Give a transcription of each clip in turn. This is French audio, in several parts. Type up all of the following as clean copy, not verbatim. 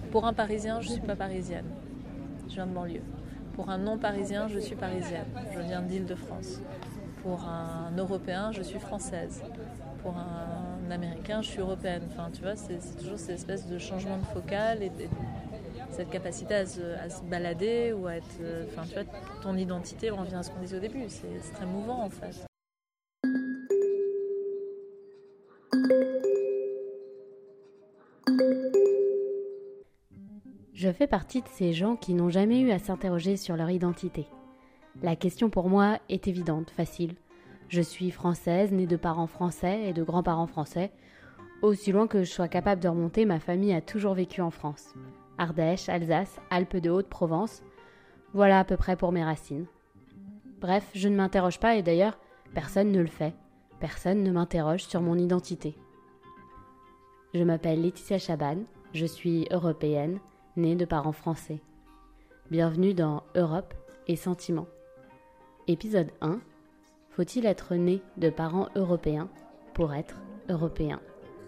Pour un Parisien, je ne suis pas parisienne. Je viens de banlieue. Pour un non-parisien, je suis parisienne. Je viens d'Île-de-France. Pour un Européen, je suis française. Pour un Américain, je suis européenne. Enfin, tu vois, c'est toujours cette espèce de changement de focale et cette capacité à se balader ou à être... Enfin, tu vois, ton identité, on revient à ce qu'on disait au début. C'est très mouvant, en fait. Je fais partie de ces gens qui n'ont jamais eu à s'interroger sur leur identité. La question pour moi est évidente, facile. Je suis française, née de parents français et de grands-parents français. Aussi loin que je sois capable de remonter, ma famille a toujours vécu en France. Ardèche, Alsace, Alpes de Haute-Provence. Voilà à peu près pour mes racines. Bref, je ne m'interroge pas et d'ailleurs, personne ne le fait. Personne ne m'interroge sur mon identité. Je m'appelle Laetitia Chaban, je suis européenne, née de parents français. Bienvenue dans Europe et Sentiments. Épisode 1. Faut-il être né de parents européens pour être européen ?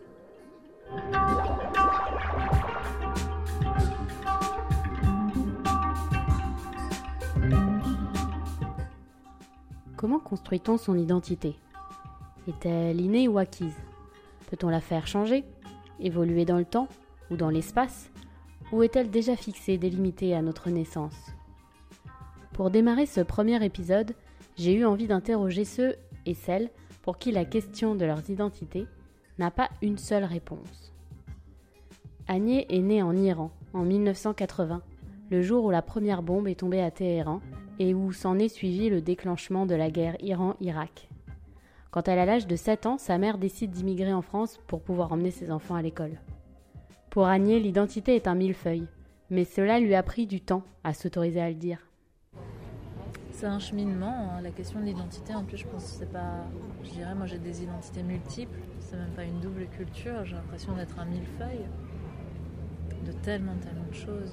Comment construit-on son identité ? Est-elle innée ou acquise ? Peut-on la faire changer, évoluer dans le temps ou dans l'espace ? Ou est-elle déjà fixée, délimitée à notre naissance ? Pour démarrer ce premier épisode, j'ai eu envie d'interroger ceux et celles pour qui la question de leurs identités n'a pas une seule réponse. Agnès est née en Iran en 1980, le jour où la première bombe est tombée à Téhéran et où s'en est suivi le déclenchement de la guerre Iran-Irak. Quand elle a l'âge de 7 ans, sa mère décide d'immigrer en France pour pouvoir emmener ses enfants à l'école. Pour Agnès, l'identité est un millefeuille, mais cela lui a pris du temps à s'autoriser à le dire. C'est un cheminement, hein. La question de l'identité, en plus, je pense que c'est pas... Je dirais, moi j'ai des identités multiples, c'est même pas une double culture, j'ai l'impression d'être un millefeuille de tellement de choses.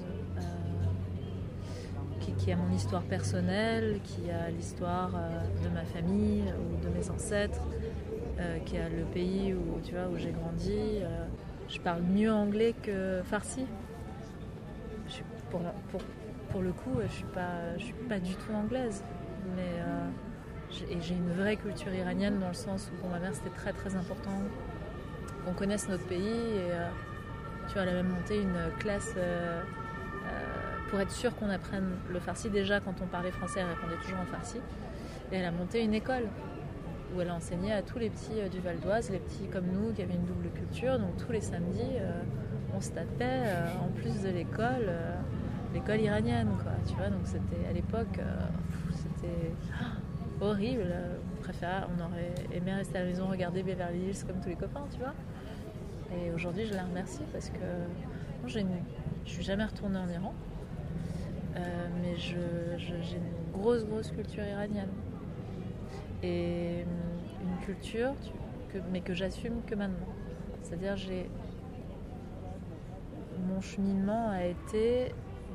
Qui a mon histoire personnelle, qui a l'histoire de ma famille ou de mes ancêtres, qui a le pays où j'ai grandi. Je parle mieux anglais que farsi. Pour le coup, je suis pas du tout anglaise, mais j'ai une vraie culture iranienne dans le sens où pour ma mère c'était très très important qu'on connaisse notre pays et elle a même monté une classe pour être sûre qu'on apprenne le farsi. Déjà quand on parlait français, elle répondait toujours en farsi, et elle a monté une école où elle a enseigné à tous les petits du Val d'Oise, les petits comme nous qui avaient une double culture. Donc tous les samedis, on se tapait en plus de l'école iranienne, quoi. Tu vois, donc c'était à l'époque, c'était horrible. On aurait aimé rester à la maison, regarder Beverly Hills comme tous les copains, tu vois. Et aujourd'hui, je la remercie parce que moi, je suis jamais retournée en Iran, mais j'ai une grosse culture iranienne. Et une culture mais que j'assume que maintenant. C'est-à-dire mon cheminement a été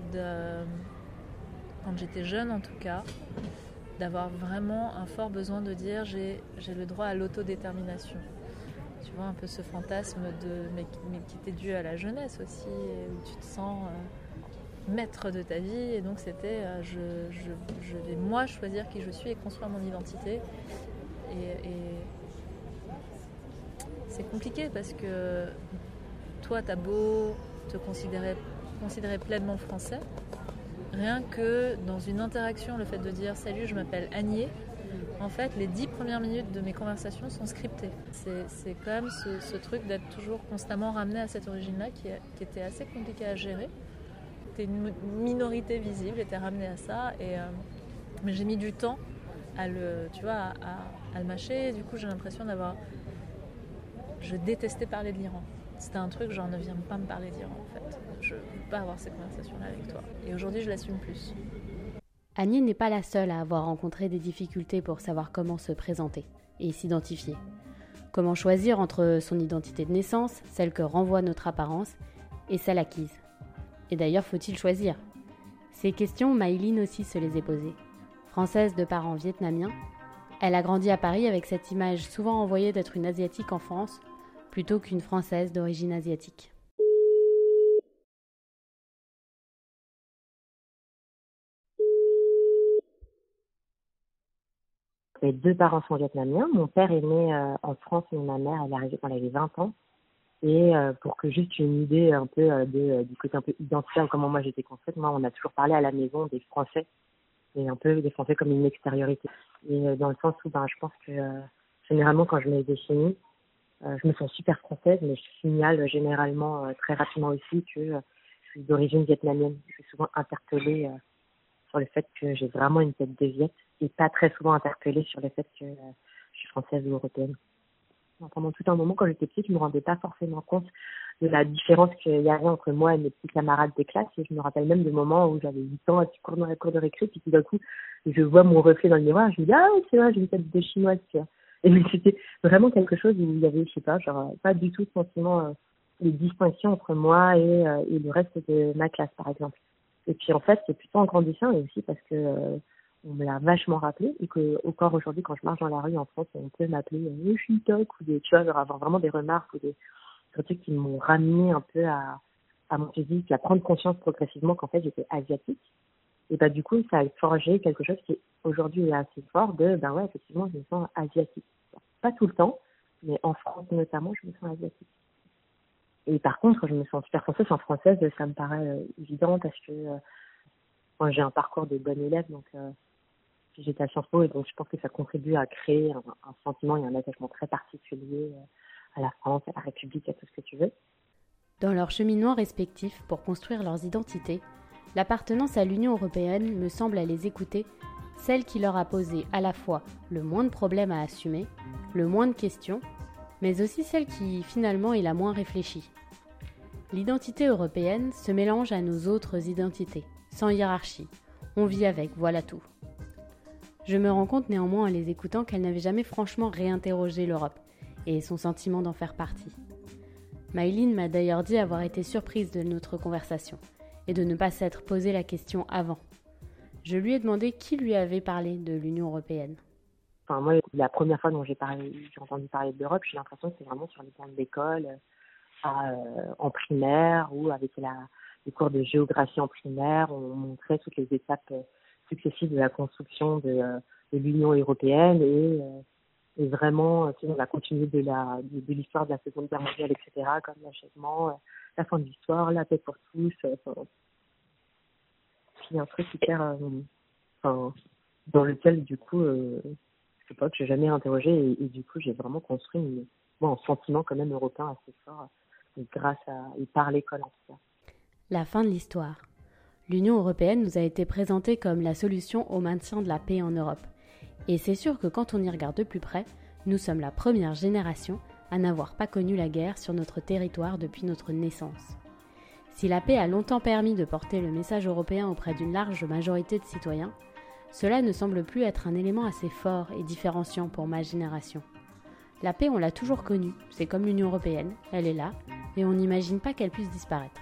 quand j'étais jeune en tout cas, d'avoir vraiment un fort besoin de dire j'ai le droit à l'autodétermination. Tu vois, un peu ce fantasme mais qui était dû à la jeunesse aussi, où tu te sens maître de ta vie, et donc c'était je vais moi choisir qui je suis et construire mon identité. Et c'est compliqué parce que toi t'as beau te considérer pleinement français, rien que dans une interaction, le fait de dire salut, je m'appelle Agnès, en fait les 10 premières minutes de mes conversations sont scriptées. C'est quand même ce truc d'être toujours constamment ramené à cette origine-là qui était assez compliqué à gérer. T'es une minorité visible et t'es ramené à ça, mais j'ai mis du temps à le mâcher, et du coup j'ai l'impression je détestais parler de l'Iran. C'était un truc genre ne viens pas me parler d'Iran en fait. Je ne veux pas avoir ces conversations-là avec toi. Et aujourd'hui je l'assume plus. Agnès n'est pas la seule à avoir rencontré des difficultés pour savoir comment se présenter et s'identifier. Comment choisir entre son identité de naissance, celle que renvoie notre apparence, et celle acquise. Et d'ailleurs, faut-il choisir ? Ces questions, Maïline aussi se les est posées. Française de parents vietnamiens, elle a grandi à Paris avec cette image souvent envoyée d'être une Asiatique en France, plutôt qu'une Française d'origine asiatique. mes 2 parents sont vietnamiens. Mon père est né en France, mais ma mère, elle est arrivée quand elle avait 20 ans. Et pour que juste une idée un peu du côté un peu identitaire, comment moi j'étais construite, moi on a toujours parlé à la maison des Français, et un peu des Français comme une extériorité. Et dans le sens où je pense que généralement quand je me définis, je me sens super française, mais je signale généralement très rapidement aussi que je suis d'origine vietnamienne. Je suis souvent interpellée sur le fait que j'ai vraiment une tête de Viet, et pas très souvent interpellée sur le fait que je suis française ou européenne. Pendant tout un moment, quand j'étais petite, je ne me rendais pas forcément compte de la différence qu'il y avait entre moi et mes petits camarades de classe. Et je me rappelle même de moments où j'avais 8 ans, tu cours dans la cour de récré, puis tout d'un coup, je vois mon reflet dans le miroir, je me dis, ah oui, c'est vrai, j'ai une tête de chinoise, tu vois. Et mais c'était vraiment quelque chose où il y avait, je sais pas, genre, pas du tout de sentiment de distinction entre moi et le reste de ma classe, par exemple. Et puis en fait, c'est plutôt en grandissant, et aussi parce que on me l'a vachement rappelé, et que encore aujourd'hui, quand je marche dans la rue en France, on peut m'appeler Chitoc, ou des, tu vois, genre avoir vraiment des remarques ou des trucs qui m'ont ramené un peu à mon physique, à prendre conscience progressivement qu'en fait j'étais asiatique. Et du coup, ça a forgé quelque chose qui aujourd'hui est assez fort de, ouais, effectivement, je me sens asiatique. Pas tout le temps, mais en France notamment, je me sens asiatique. Et par contre, je me sens super française. En française, ça me paraît évident parce que moi, j'ai un parcours de bonne élève, donc j'étais à Sciences Po, et donc je pense que ça contribue à créer un sentiment et un attachement très particulier à la France, à la République, à tout ce que tu veux. Dans leur cheminement respectif pour construire leurs identités, l'appartenance à l'Union européenne me semble à les écouter, celle qui leur a posé à la fois le moins de problèmes à assumer, le moins de questions, mais aussi celle qui finalement est la moins réfléchie. L'identité européenne se mélange à nos autres identités, sans hiérarchie. On vit avec, voilà tout. Je me rends compte néanmoins en les écoutant qu'elles n'avaient jamais franchement réinterrogé l'Europe et son sentiment d'en faire partie. Maïline m'a d'ailleurs dit avoir été surprise de notre conversation et de ne pas s'être posé la question avant. Je lui ai demandé qui lui avait parlé de l'Union européenne. Moi, la première fois dont j'ai entendu parler de l'Europe, j'ai l'impression que c'est vraiment sur les bancs d'école, en primaire, ou avec les cours de géographie en primaire, on montrait toutes les étapes successives de la construction de l'Union européenne, et vraiment, on a continué de l'histoire de la Seconde Guerre mondiale, etc., comme l'achèvement, la fin de l'histoire, la paix pour tous. C'est un truc hyper, dans lequel, du coup, je sais pas, que j'ai jamais interrogé, et du coup, j'ai vraiment construit un sentiment quand même européen assez fort, et par l'école en tout cas. La fin de l'histoire. L'Union européenne nous a été présentée comme la solution au maintien de la paix en Europe. Et c'est sûr que quand on y regarde de plus près, nous sommes la première génération à n'avoir pas connu la guerre sur notre territoire depuis notre naissance. Si la paix a longtemps permis de porter le message européen auprès d'une large majorité de citoyens, cela ne semble plus être un élément assez fort et différenciant pour ma génération. La paix, on l'a toujours connue, c'est comme l'Union européenne, elle est là, et on n'imagine pas qu'elle puisse disparaître.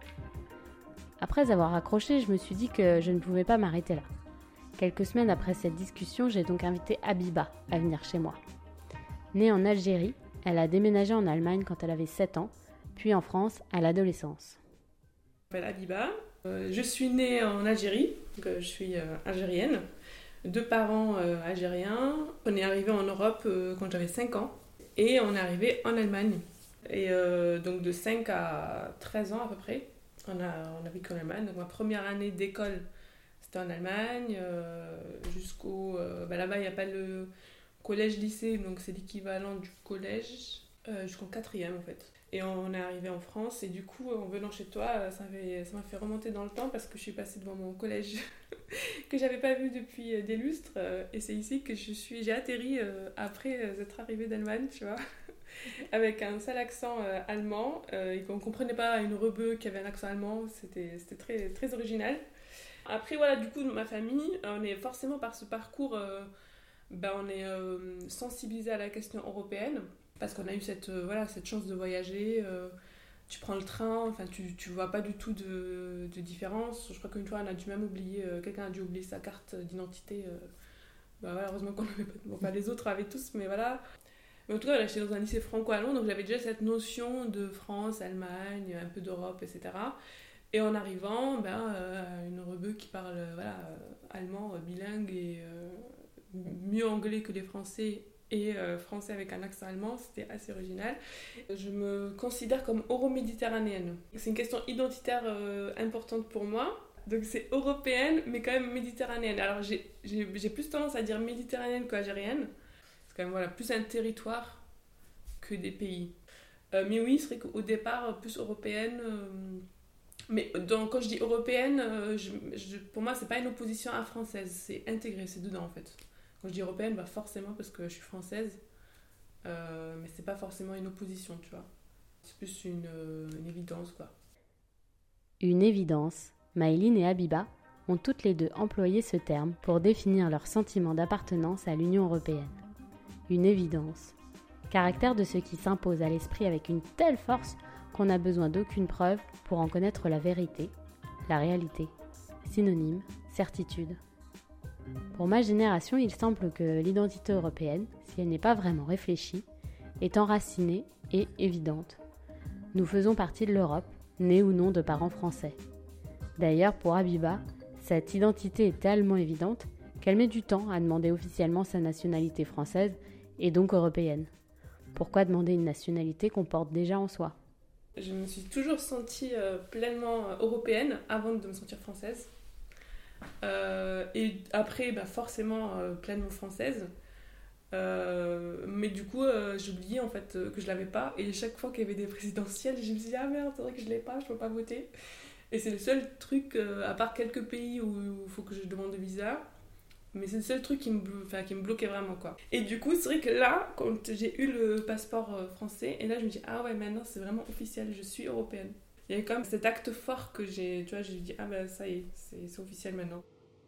Après avoir accroché, je me suis dit que je ne pouvais pas m'arrêter là. Quelques semaines après cette discussion, j'ai donc invité Habiba à venir chez moi. Née en Algérie, elle a déménagé en Allemagne quand elle avait 7 ans, puis en France à l'adolescence. Je m'appelle Habiba, je suis née en Algérie, donc je suis algérienne, 2 parents algériens. On est arrivé en Europe quand j'avais 5 ans et on est arrivé en Allemagne. Et donc de 5 à 13 ans à peu près, on a vécu en Allemagne. Donc ma première année d'école, c'était en Allemagne, jusqu'au... là-bas, il n'y a pas le collège-lycée, donc c'est l'équivalent du collège, jusqu'en 4e en fait. Et on est arrivé en France, et du coup, en venant chez toi, ça m'a fait remonter dans le temps, parce que je suis passée devant mon collège que j'avais pas vu depuis des lustres, et c'est ici que j'ai atterri après être arrivée d'Allemagne, tu vois, avec un sale accent allemand, et qu'on comprenait pas une rebeu qui avait un accent allemand, c'était très, très original. Après, voilà, du coup, ma famille, on est forcément par ce parcours, on est sensibilisé à la question européenne, parce qu'on a eu cette chance de voyager. Tu prends le train, enfin tu vois pas du tout de différence. Je crois qu'une fois quelqu'un a dû oublier sa carte d'identité. Heureusement qu'on n'avait pas. Enfin, les autres avaient tous, mais voilà. Mais en tout cas, j'étais dans un lycée franco-allemand, donc j'avais déjà cette notion de France, Allemagne, un peu d'Europe, etc. Et en arrivant, une rebeu qui parle allemand bilingue, et mieux anglais que les Français et français avec un accent allemand, c'était assez original. Je me considère comme euro-méditerranéenne. C'est une question identitaire importante pour moi. Donc c'est européenne, mais quand même méditerranéenne. Alors j'ai plus tendance à dire méditerranéenne qu'algérienne. C'est quand même plus un territoire que des pays. Mais oui, c'est vrai qu'au départ, plus européenne. Mais quand je dis européenne, pour moi, c'est pas une opposition à française. C'est intégré, c'est dedans en fait. Quand je dis européenne, forcément parce que je suis française. Mais c'est pas forcément une opposition, tu vois. C'est plus une évidence, quoi. Une évidence. Maïline et Habiba ont toutes les deux employé ce terme pour définir leur sentiment d'appartenance à l'Union européenne. Une évidence. Caractère de ce qui s'impose à l'esprit avec une telle force qu'on n'a besoin d'aucune preuve pour en connaître la vérité, la réalité. Synonyme, certitude. Pour ma génération, il semble que l'identité européenne, si elle n'est pas vraiment réfléchie, est enracinée et évidente. Nous faisons partie de l'Europe, nés ou non de parents français. D'ailleurs, pour Habiba, cette identité est tellement évidente qu'elle met du temps à demander officiellement sa nationalité française et donc européenne. Pourquoi demander une nationalité qu'on porte déjà en soi ? Je me suis toujours sentie pleinement européenne avant de me sentir française. Et après, forcément, pleinement française. Mais du coup, j'oubliais en fait que je l'avais pas. Et chaque fois qu'il y avait des présidentielles, je me disais ah merde, c'est vrai que je l'ai pas, je peux pas voter. Et c'est le seul truc, à part quelques pays où il faut que je demande de visa, mais c'est le seul truc qui me bloquait vraiment, quoi. Et du coup, c'est vrai que là, quand j'ai eu le passeport français, et là je me dis ah ouais, maintenant c'est vraiment officiel, je suis européenne. Il y a quand même cet acte fort que j'ai dit ah ça y est, c'est officiel maintenant.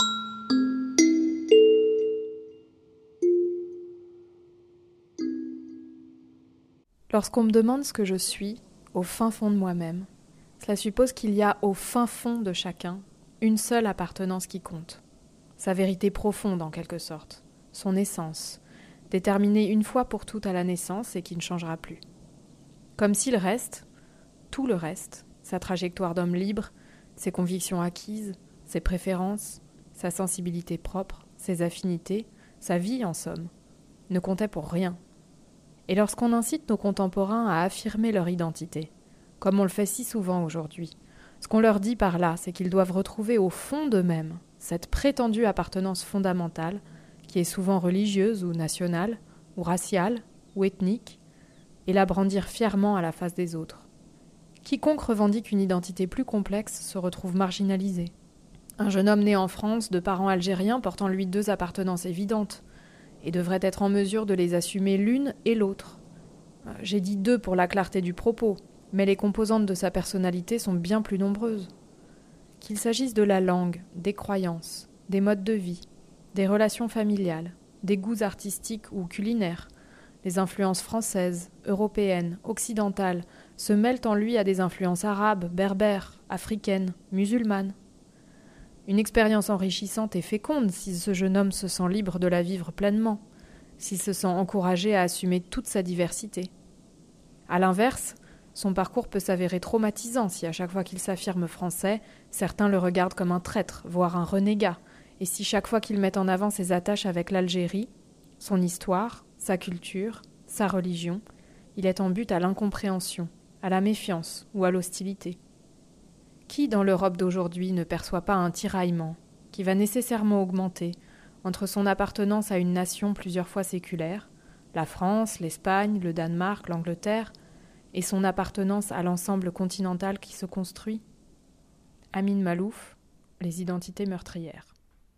Lorsqu'on me demande ce que je suis, au fin fond de moi-même, cela suppose qu'il y a au fin fond de chacun une seule appartenance qui compte. Sa vérité profonde en quelque sorte, son essence, déterminée une fois pour toutes à la naissance et qui ne changera plus. Comme si le reste, tout le reste, sa trajectoire d'homme libre, ses convictions acquises, ses préférences, sa sensibilité propre, ses affinités, sa vie en somme, ne comptait pour rien. Et lorsqu'on incite nos contemporains à affirmer leur identité, comme on le fait si souvent aujourd'hui, ce qu'on leur dit par là, c'est qu'ils doivent retrouver au fond d'eux-mêmes cette prétendue appartenance fondamentale, qui est souvent religieuse ou nationale, ou raciale, ou ethnique, et la brandir fièrement à la face des autres. Quiconque revendique une identité plus complexe se retrouve marginalisé. Un jeune homme né en France, de parents algériens, porte en lui deux appartenances évidentes, et devrait être en mesure de les assumer l'une et l'autre. J'ai dit deux pour la clarté du propos, mais les composantes de sa personnalité sont bien plus nombreuses. Qu'il s'agisse de la langue, des croyances, des modes de vie, des relations familiales, des goûts artistiques ou culinaires, les influences françaises, européennes, occidentales se mêlent en lui à des influences arabes, berbères, africaines, musulmanes. Une expérience enrichissante et féconde si ce jeune homme se sent libre de la vivre pleinement, s'il se sent encouragé à assumer toute sa diversité. À l'inverse, son parcours peut s'avérer traumatisant si à chaque fois qu'il s'affirme français, certains le regardent comme un traître, voire un renégat, et si chaque fois qu'il met en avant ses attaches avec l'Algérie, son histoire, sa culture, sa religion, il est en but à l'incompréhension, à la méfiance ou à l'hostilité. Qui dans l'Europe d'aujourd'hui ne perçoit pas un tiraillement, qui va nécessairement augmenter, entre son appartenance à une nation plusieurs fois séculaire, la France, l'Espagne, le Danemark, l'Angleterre, et son appartenance à l'ensemble continental qui se construit? Amin Malouf, Les identités meurtrières.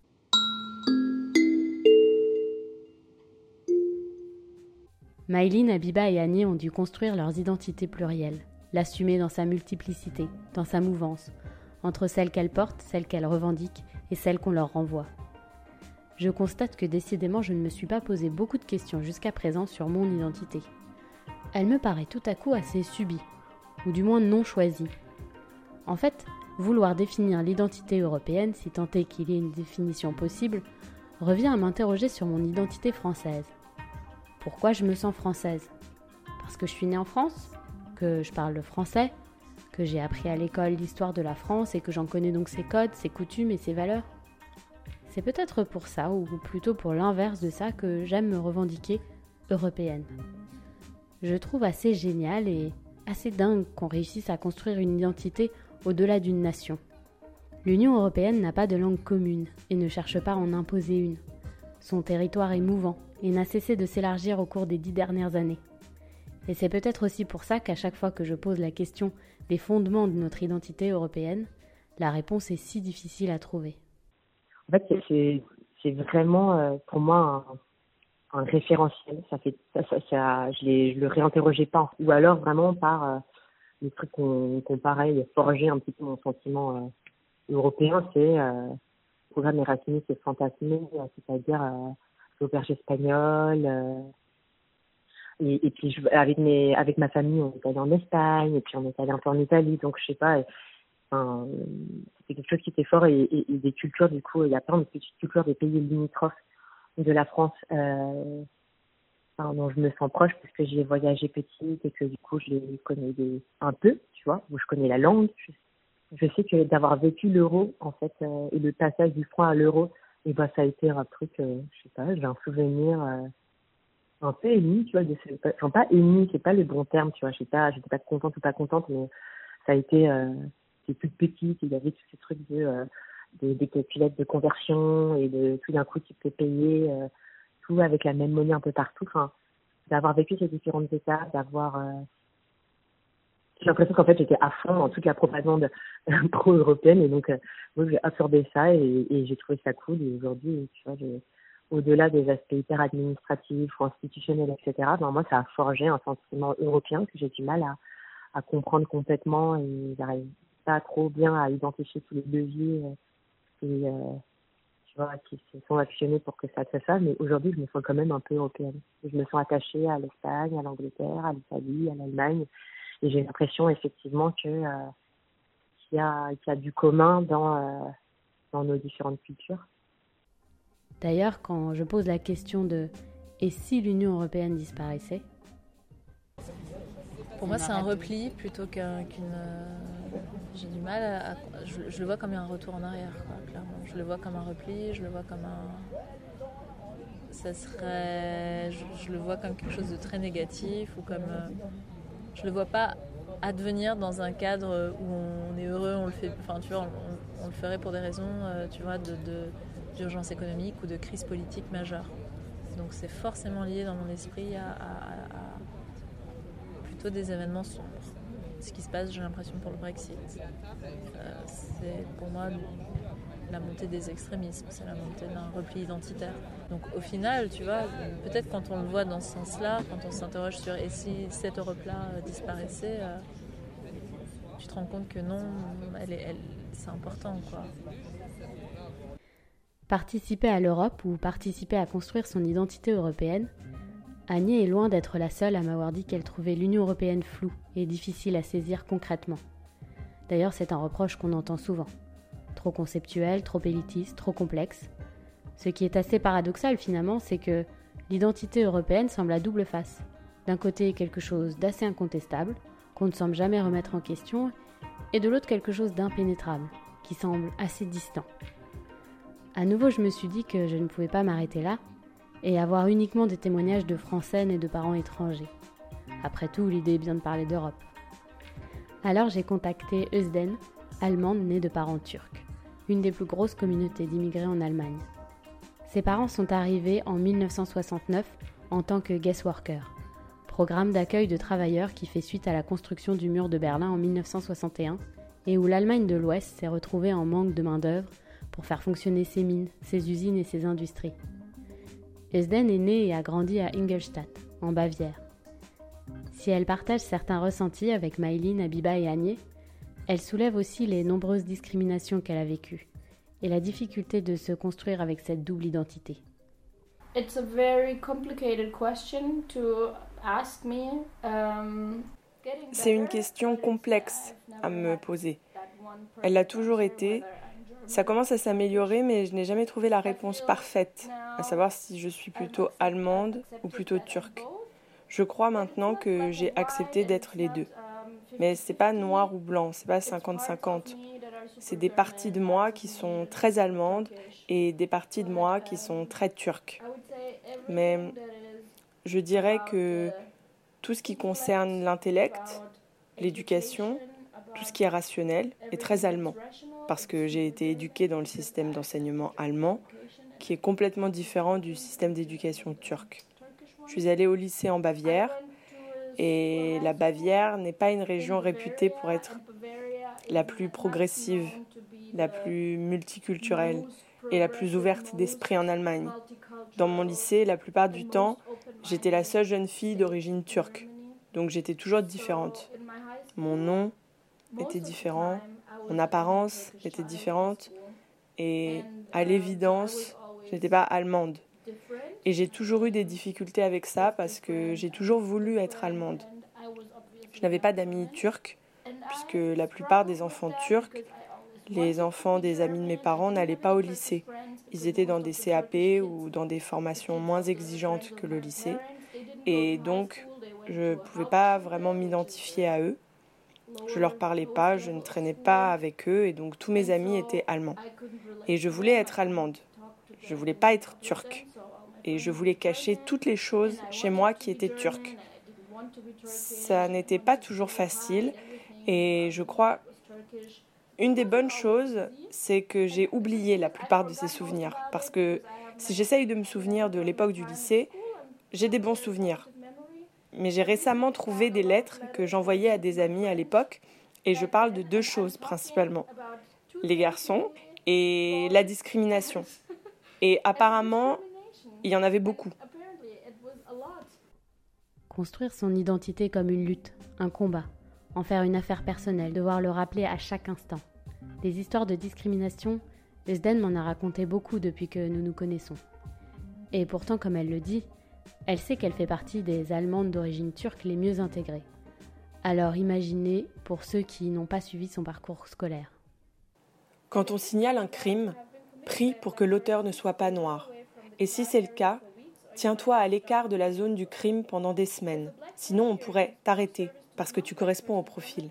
Maïline, Habiba et Annie ont dû construire leurs identités plurielles, l'assumer dans sa multiplicité, dans sa mouvance, entre celles qu'elles portent, celles qu'elles revendiquent et celles qu'on leur renvoie. Je constate que décidément je ne me suis pas posé beaucoup de questions jusqu'à présent sur mon identité. Elle me paraît tout à coup assez subie, ou du moins non choisie. En fait, vouloir définir l'identité européenne, si tant est qu'il y ait une définition possible, revient à m'interroger sur mon identité française. Pourquoi je me sens française? Parce que je suis née en France? Que je parle le français? Que j'ai appris à l'école l'histoire de la France et que j'en connais donc ses codes, ses coutumes et ses valeurs? C'est peut-être pour ça, ou plutôt pour l'inverse de ça, que j'aime me revendiquer européenne. Je trouve assez génial et assez dingue qu'on réussisse à construire une identité au-delà d'une nation. L'Union européenne n'a pas de langue commune et ne cherche pas à en imposer une. Son territoire est mouvant et n'a cessé de s'élargir au cours des 10 dernières années. Et c'est peut-être aussi pour ça qu'à chaque fois que je pose la question des fondements de notre identité européenne, la réponse est si difficile à trouver. En fait, c'est vraiment pour moi un référentiel. Je le réinterrogeais pas. Ou alors vraiment par les trucs qu'on pareil forger un petit peu mon sentiment européen, c'est le programme Erasmus et fantasmé, c'est-à-dire l'auberge espagnole. Et puis avec ma famille, on est allé en Espagne et puis on est allé un peu en Italie. Donc je sais pas. C'est quelque chose qui était fort et des cultures, du coup, il y a plein de petites cultures des pays limitrophes de la France dont je me sens proche parce que j'y ai voyagé petite et que du coup je les connais un peu, tu vois, où je connais la langue. Je sais que d'avoir vécu l'euro, en fait, et le passage du franc à l'euro, et ben ça a été un truc, je sais pas, j'ai un souvenir un peu ému, tu vois, enfin pas ému, c'est pas le bon terme, tu vois, j'étais pas contente ou pas contente, mais ça a été c'est toute petite, il y avait tous ces trucs des calculettes de conversion et de tout d'un coup tu peux payer tout avec la même monnaie un peu partout. Enfin, d'avoir vécu ces différentes étapes, j'ai l'impression qu'en fait j'étais à fond dans toute la propagande pro-européenne et donc moi j'ai absorbé ça et j'ai trouvé ça cool et aujourd'hui tu vois au-delà des aspects hyper administratifs ou institutionnels etc. Ben moi ça a forgé un sentiment européen que j'ai du mal à comprendre complètement et j'arrive pas trop bien à identifier tous les leviers tu vois, qui se sont actionnés pour que ça se fasse, mais aujourd'hui je me sens quand même un peu européenne. Je me sens attachée à l'Espagne, à l'Angleterre, à l'Italie, à l'Allemagne, et j'ai l'impression effectivement qu'il y a du commun dans nos différentes cultures. D'ailleurs, quand je pose la question de « et si l'Union européenne disparaissait ?» Pour moi, c'est un repli plutôt qu'une... J'ai du mal à... Je le vois comme un retour en arrière, quoi, clairement. Je le vois comme un repli, je le vois comme ça serait... Je le vois comme quelque chose de très négatif ou comme... Je le vois pas advenir dans un cadre où on est heureux, on le fait... Enfin, tu vois, on le ferait pour des raisons, tu vois, d'urgence économique ou de crise politique majeure. Donc c'est forcément lié dans mon esprit à plutôt des événements sombres. Ce qui se passe, j'ai l'impression, pour le Brexit. C'est pour moi la montée des extrémismes, c'est la montée d'un repli identitaire. Donc au final, tu vois, peut-être quand on le voit dans ce sens-là, quand on s'interroge sur et si cette Europe-là disparaissait, tu te rends compte que non, c'est important, quoi. Participer à l'Europe ou participer à construire son identité européenne, Agnès est loin d'être la seule à m'avoir dit qu'elle trouvait l'Union européenne floue et difficile à saisir concrètement. D'ailleurs, c'est un reproche qu'on entend souvent. Trop conceptuel, trop élitiste, trop complexe. Ce qui est assez paradoxal finalement, c'est que l'identité européenne semble à double face. D'un côté, quelque chose d'assez incontestable, qu'on ne semble jamais remettre en question, et de l'autre, quelque chose d'impénétrable, qui semble assez distant. À nouveau, je me suis dit que je ne pouvais pas m'arrêter là, et avoir uniquement des témoignages de Français nés de parents étrangers. Après tout, l'idée est bien de parler d'Europe. Alors j'ai contacté Özden, allemande née de parents turcs, une des plus grosses communautés d'immigrés en Allemagne. Ses parents sont arrivés en 1969 en tant que guest worker, programme d'accueil de travailleurs qui fait suite à la construction du mur de Berlin en 1961 et où l'Allemagne de l'Ouest s'est retrouvée en manque de main-d'œuvre pour faire fonctionner ses mines, ses usines et ses industries. Özden est née et a grandi à Ingolstadt, en Bavière. Si elle partage certains ressentis avec Maïline, Abiba et Agnès, elle soulève aussi les nombreuses discriminations qu'elle a vécues et la difficulté de se construire avec cette double identité. It's a very complicated question to ask me. C'est une question complexe à me poser. Elle l'a toujours été. Ça commence à s'améliorer, mais je n'ai jamais trouvé la réponse parfaite, à savoir si je suis plutôt allemande ou plutôt turque. Je crois maintenant que j'ai accepté d'être les deux. Mais c'est pas noir ou blanc, c'est pas 50-50. c'est des parties de moi qui sont très allemandes et des parties de moi qui sont très turques. Mais je dirais que tout ce qui concerne l'intellect, l'éducation, tout ce qui est rationnel est très allemand, parce que j'ai été éduquée dans le système d'enseignement allemand, qui est complètement différent du système d'éducation turc. Je suis allée au lycée en Bavière, et la Bavière n'est pas une région réputée pour être la plus progressive, la plus multiculturelle et la plus ouverte d'esprit en Allemagne. Dans mon lycée, la plupart du temps, j'étais la seule jeune fille d'origine turque, donc j'étais toujours différente. Mon nom était différent, mon apparence était différente, et à l'évidence, je n'étais pas allemande. Et j'ai toujours eu des difficultés avec ça parce que j'ai toujours voulu être allemande. Je n'avais pas d'amis turcs, puisque la plupart des enfants turcs, les enfants des amis de mes parents, n'allaient pas au lycée. Ils étaient dans des CAP ou dans des formations moins exigeantes que le lycée. Et donc, je ne pouvais pas vraiment m'identifier à eux. Je ne leur parlais pas, je ne traînais pas avec eux, et donc tous mes amis étaient allemands. Et je voulais être allemande. Je ne voulais pas être turque. Et je voulais cacher toutes les choses chez moi qui étaient turques. Ça n'était pas toujours facile, et je crois une des bonnes choses, c'est que j'ai oublié la plupart de ces souvenirs. Parce que si j'essaye de me souvenir de l'époque du lycée, j'ai des bons souvenirs. Mais j'ai récemment trouvé des lettres que j'envoyais à des amis à l'époque, et je parle de 2 choses principalement. Les garçons et la discrimination. Et apparemment, il y en avait beaucoup. Construire son identité comme une lutte, un combat, en faire une affaire personnelle, devoir le rappeler à chaque instant. Des histoires de discrimination, Özden m'en a raconté beaucoup depuis que nous nous connaissons. Et pourtant, comme elle le dit, elle sait qu'elle fait partie des Allemandes d'origine turque les mieux intégrées. Alors imaginez pour ceux qui n'ont pas suivi son parcours scolaire. Quand on signale un crime, prie pour que l'auteur ne soit pas noir. Et si c'est le cas, tiens-toi à l'écart de la zone du crime pendant des semaines. Sinon, on pourrait t'arrêter parce que tu corresponds au profil.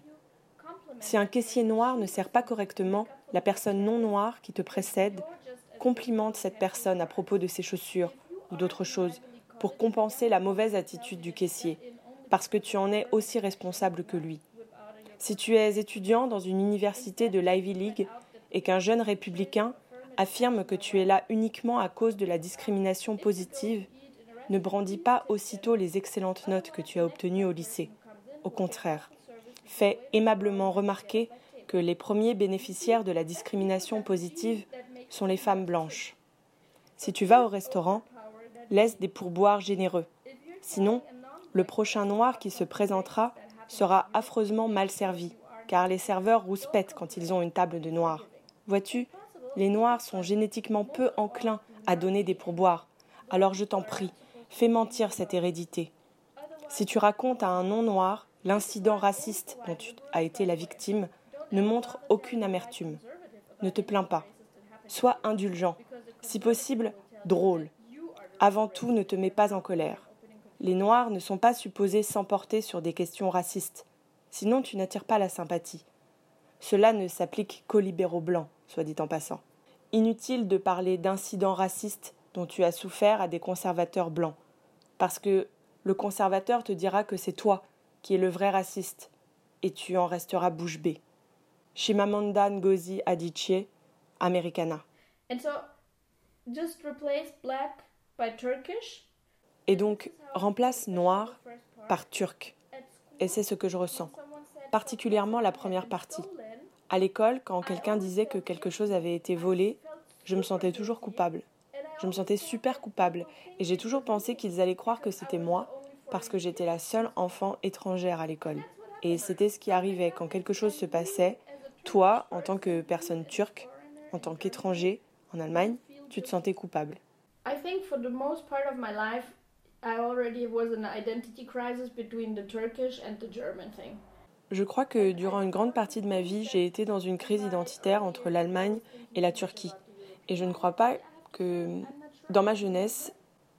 Si un caissier noir ne sert pas correctement, la personne non noire qui te précède complimente cette personne à propos de ses chaussures ou d'autres choses pour compenser la mauvaise attitude du caissier, parce que tu en es aussi responsable que lui. Si tu es étudiant dans une université de l'Ivy League et qu'un jeune républicain affirme que tu es là uniquement à cause de la discrimination positive, ne brandis pas aussitôt les excellentes notes que tu as obtenues au lycée. Au contraire, fais aimablement remarquer que les premiers bénéficiaires de la discrimination positive sont les femmes blanches. Si tu vas au restaurant, laisse des pourboires généreux. Sinon, le prochain noir qui se présentera sera affreusement mal servi, car les serveurs rouspètent quand ils ont une table de noirs. Vois-tu, les noirs sont génétiquement peu enclins à donner des pourboires. Alors je t'en prie, fais mentir cette hérédité. Si tu racontes à un non-noir l'incident raciste dont tu as été la victime, ne montre aucune amertume. Ne te plains pas. Sois indulgent. Si possible, drôle. Avant tout, ne te mets pas en colère. Les Noirs ne sont pas supposés s'emporter sur des questions racistes. Sinon, tu n'attires pas la sympathie. Cela ne s'applique qu'aux libéraux blancs, soit dit en passant. Inutile de parler d'incidents racistes dont tu as souffert à des conservateurs blancs, parce que le conservateur te dira que c'est toi qui es le vrai raciste, et tu en resteras bouche bée. Chimamanda Ngozi Adichie, Americana. And so, just replace black by Turkish. Et donc, remplace noir par turc. Et c'est ce que je ressens, particulièrement la première partie. À l'école, quand quelqu'un disait que quelque chose avait été volé, je me sentais toujours coupable. Je me sentais super coupable, et j'ai toujours pensé qu'ils allaient croire que c'était moi, parce que j'étais la seule enfant étrangère à l'école. Et c'était ce qui arrivait quand quelque chose se passait. Toi, en tant que personne turque, en tant qu'étranger en Allemagne, tu te sentais coupable. I think for the most part of my life, I already was in an identity crisis between the Turkish and the German thing. Je crois que durant une grande partie de ma vie, j'ai été dans une crise identitaire entre l'Allemagne et la Turquie. Et je ne crois pas que, dans ma jeunesse,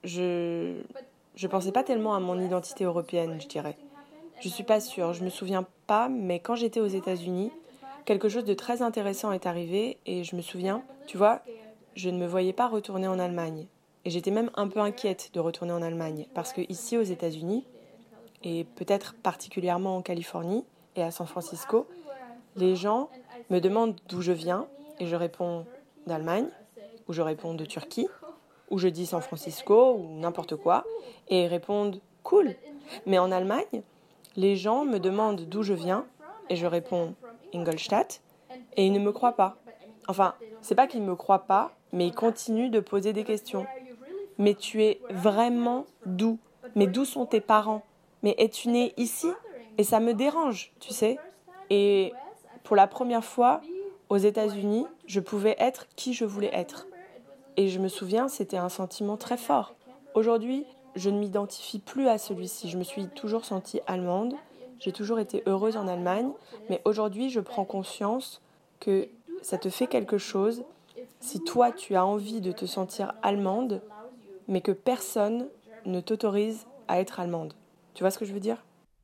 je pensais pas tellement à mon identité européenne, je dirais. Je suis pas sûre, je me souviens pas, mais quand j'étais aux États-Unis, quelque chose de très intéressant est arrivé et je me souviens, tu vois, je ne me voyais pas retourner en Allemagne. Et j'étais même un peu inquiète de retourner en Allemagne parce que ici aux États-Unis, et peut-être particulièrement en Californie et à San Francisco, les gens me demandent d'où je viens et je réponds d'Allemagne, ou je réponds de Turquie, ou je dis San Francisco ou n'importe quoi, et ils répondent cool. Mais en Allemagne, les gens me demandent d'où je viens et je réponds Ingolstadt et ils ne me croient pas. Enfin, c'est pas qu'ils ne me croient pas, mais ils continuent de poser des questions. Mais tu es vraiment d'où? Mais d'où sont tes parents? Mais es-tu né ici? Et ça me dérange, tu sais. Et pour la première fois, aux États-Unis, je pouvais être qui je voulais être. Et je me souviens, c'était un sentiment très fort. Aujourd'hui, je ne m'identifie plus à celui-ci. Je me suis toujours sentie allemande. J'ai toujours été heureuse en Allemagne. Mais aujourd'hui, je prends conscience que ça te fait quelque chose si toi, tu as envie de te sentir allemande, mais que personne ne t'autorise à être allemande. Tu vois ce que je veux dire ?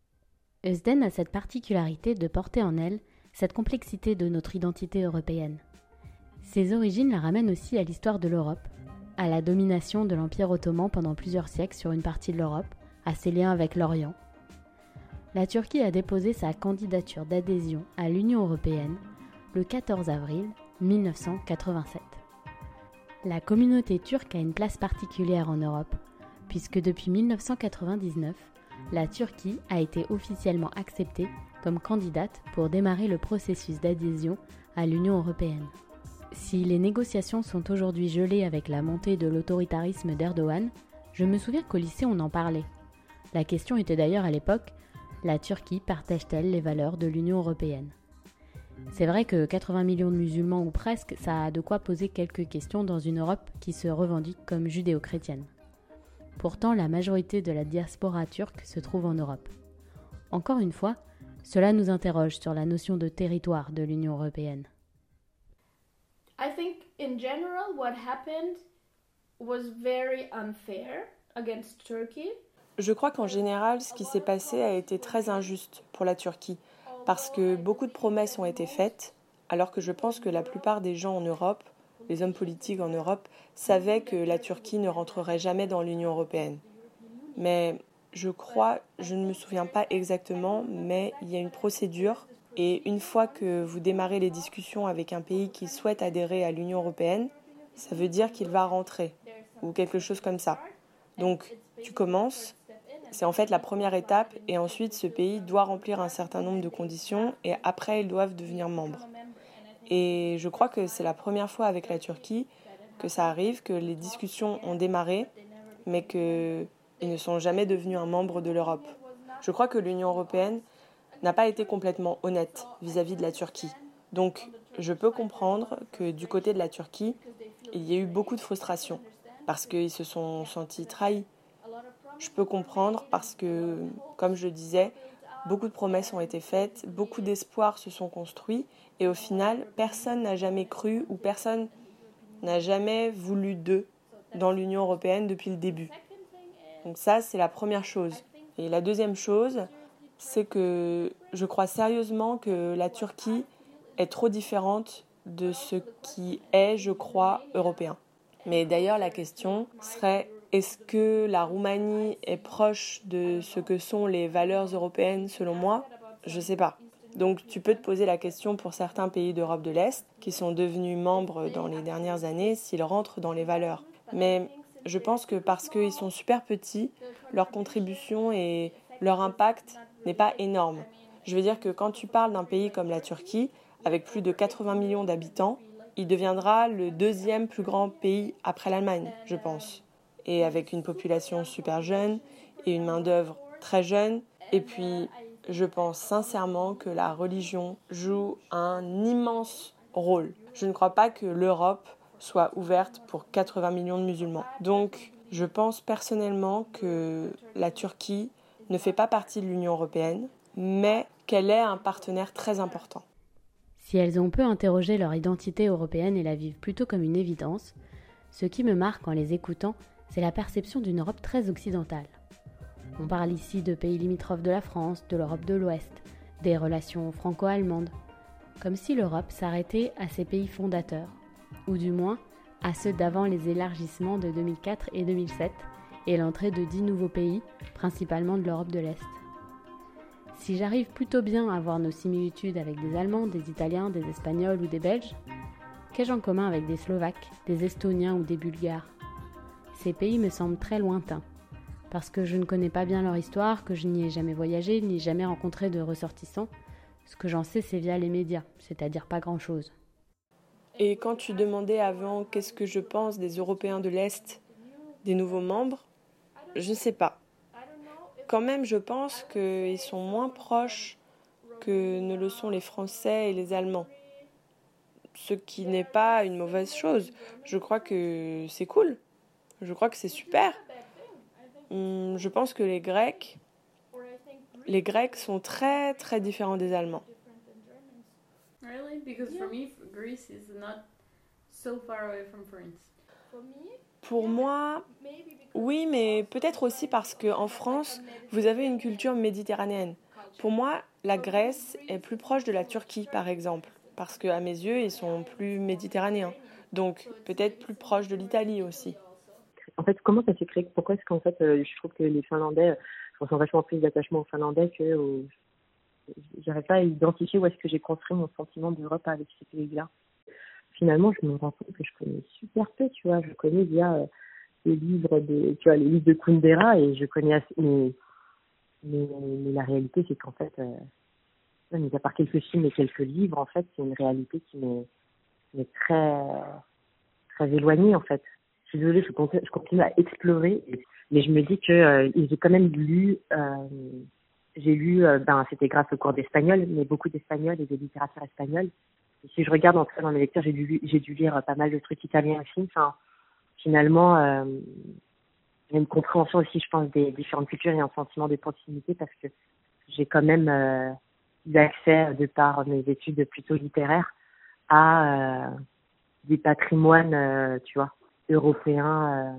Özden a cette particularité de porter en elle cette complexité de notre identité européenne. Ses origines la ramènent aussi à l'histoire de l'Europe, à la domination de l'Empire ottoman pendant plusieurs siècles sur une partie de l'Europe, à ses liens avec l'Orient. La Turquie a déposé sa candidature d'adhésion à l'Union européenne le 14 avril 1987. La communauté turque a une place particulière en Europe, puisque depuis 1999, la Turquie a été officiellement acceptée comme candidate pour démarrer le processus d'adhésion à l'Union européenne. Si les négociations sont aujourd'hui gelées avec la montée de l'autoritarisme d'Erdogan, je me souviens qu'au lycée on en parlait. La question était d'ailleurs à l'époque, la Turquie partage-t-elle les valeurs de l'Union européenne ? C'est vrai que 80 millions de musulmans ou presque, ça a de quoi poser quelques questions dans une Europe qui se revendique comme judéo-chrétienne. Pourtant, la majorité de la diaspora turque se trouve en Europe. Encore une fois, cela nous interroge sur la notion de territoire de l'Union européenne. I think in general what happened was very unfair against Turkey. Je crois qu'en général, ce qui s'est passé a été très injuste pour la Turquie, parce que beaucoup de promesses ont été faites, alors que je pense que la plupart des gens en Europe, les hommes politiques en Europe, savaient que la Turquie ne rentrerait jamais dans l'Union européenne. Mais je ne me souviens pas exactement, mais il y a une procédure, et une fois que vous démarrez les discussions avec un pays qui souhaite adhérer à l'Union européenne, ça veut dire qu'il va rentrer, ou quelque chose comme ça. Donc, tu commences, c'est en fait la première étape, et ensuite ce pays doit remplir un certain nombre de conditions, et après ils doivent devenir membres. Et je crois que c'est la première fois avec la Turquie que ça arrive, que les discussions ont démarré, mais qu'ils ne sont jamais devenus un membre de l'Europe. Je crois que l'Union européenne n'a pas été complètement honnête vis-à-vis de la Turquie. Donc, je peux comprendre que du côté de la Turquie, il y a eu beaucoup de frustration, parce qu'ils se sont sentis trahis. Je peux comprendre parce que, comme je le disais, beaucoup de promesses ont été faites, beaucoup d'espoirs se sont construits, et au final, personne n'a jamais cru ou personne n'a jamais voulu d'eux dans l'Union européenne depuis le début. Donc ça, c'est la première chose. Et la deuxième chose, c'est que je crois sérieusement que la Turquie est trop différente de ce qui est, je crois, européen. Mais d'ailleurs, la question serait, est-ce que la Roumanie est proche de ce que sont les valeurs européennes selon moi ? Je ne sais pas. Donc tu peux te poser la question pour certains pays d'Europe de l'Est qui sont devenus membres dans les dernières années s'ils rentrent dans les valeurs. Mais je pense que parce qu'ils sont super petits, leur contribution et leur impact n'est pas énorme. Je veux dire que quand tu parles d'un pays comme la Turquie, avec plus de 80 millions d'habitants, il deviendra le deuxième plus grand pays après l'Allemagne, je pense. Et avec une population super jeune et une main-d'œuvre très jeune. Et puis, je pense sincèrement que la religion joue un immense rôle. Je ne crois pas que l'Europe soit ouverte pour 80 millions de musulmans. Donc, je pense personnellement que la Turquie ne fait pas partie de l'Union européenne, mais qu'elle est un partenaire très important. Si elles ont peu interrogé leur identité européenne et la vivent plutôt comme une évidence, ce qui me marque en les écoutant, c'est la perception d'une Europe très occidentale. On parle ici de pays limitrophes de la France, de l'Europe de l'Ouest, des relations franco-allemandes. comme si l'Europe s'arrêtait à ses pays fondateurs, ou du moins à ceux d'avant les élargissements de 2004 et 2007 et l'entrée de 10 nouveaux pays, principalement de l'Europe de l'Est. Si j'arrive plutôt bien à voir nos similitudes avec des Allemands, des Italiens, des Espagnols ou des Belges, qu'ai-je en commun avec des Slovaques, des Estoniens ou des Bulgares ? Ces pays me semblent très lointains, parce que je ne connais pas bien leur histoire, que je n'y ai jamais voyagé, ni jamais rencontré de ressortissants. Ce que j'en sais, c'est via les médias, c'est-à-dire pas grand-chose. Et quand tu demandais avant qu'est-ce que je pense des Européens de l'Est, des nouveaux membres, je ne sais pas. Quand même, je pense qu'ils sont moins proches que ne le sont les Français et les Allemands. Ce qui n'est pas une mauvaise chose. Je crois que c'est cool. Je crois que c'est super. Je pense que les Grecs sont très très différents des Allemands. Really? Because for me, Greece is not so far away from France. Pour moi, oui, mais peut-être aussi parce qu'en France, vous avez une culture méditerranéenne. Pour moi, la Grèce est plus proche de la Turquie, par exemple, parce qu'à mes yeux, ils sont plus méditerranéens. Donc, peut-être plus proche de l'Italie aussi. En fait, comment ça s'est créé ? Pourquoi est-ce qu'en fait, je trouve que les Finlandais, je ressens vachement plus d'attachement aux Finlandais que j'arrive pas à identifier où est-ce que j'ai construit mon sentiment d'Europe avec ces pays-là. Finalement, je me rends compte que je connais super peu, tu vois. Je connais via les livres les livres de Kundera et je connais assez, mais la réalité, c'est qu'en fait, mis à part quelques films et quelques livres, en fait, c'est une réalité qui m'est très, très éloignée, en fait. Je suis désolée, je continue à explorer, mais je me dis que j'ai quand même lu, c'était grâce au cours d'espagnol, mais beaucoup d'espagnol et de littérature espagnole. Et si je regarde en tout cas dans mes lectures, j'ai dû lire pas mal de trucs italiens aussi. Enfin, finalement, il y a une compréhension aussi, je pense, des différentes cultures et un sentiment de proximité parce que j'ai quand même eu accès, de par mes études plutôt littéraires, à des patrimoines, tu vois, européens.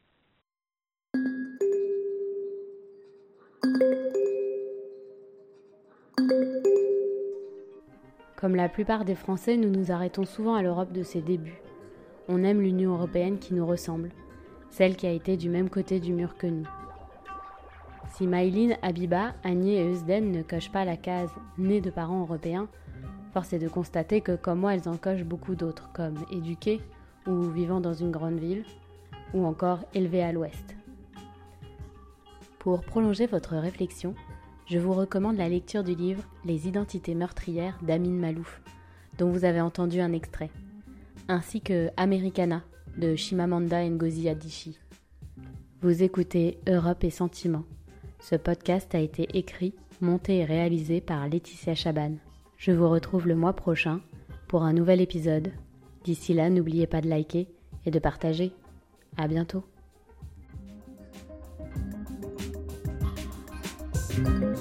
Comme la plupart des Français, nous nous arrêtons souvent à l'Europe de ses débuts. On aime l'Union européenne qui nous ressemble, celle qui a été du même côté du mur que nous. Si Maïline, Habiba, Agné et Eusden ne cochent pas la case « nés de parents européens », force est de constater que comme moi, elles en cochent beaucoup d'autres, comme éduquées ou vivant dans une grande ville, ou encore élevées à l'ouest. Pour prolonger votre réflexion, je vous recommande la lecture du livre « Les identités meurtrières » d'Amin Malouf, dont vous avez entendu un extrait, ainsi que « Americana » de Chimamanda Ngozi Adichie. Vous écoutez Europe et Sentiments. Ce podcast a été écrit, monté et réalisé par Laetitia Chaban. Je vous retrouve le mois prochain pour un nouvel épisode. D'ici là, n'oubliez pas de liker et de partager. À bientôt.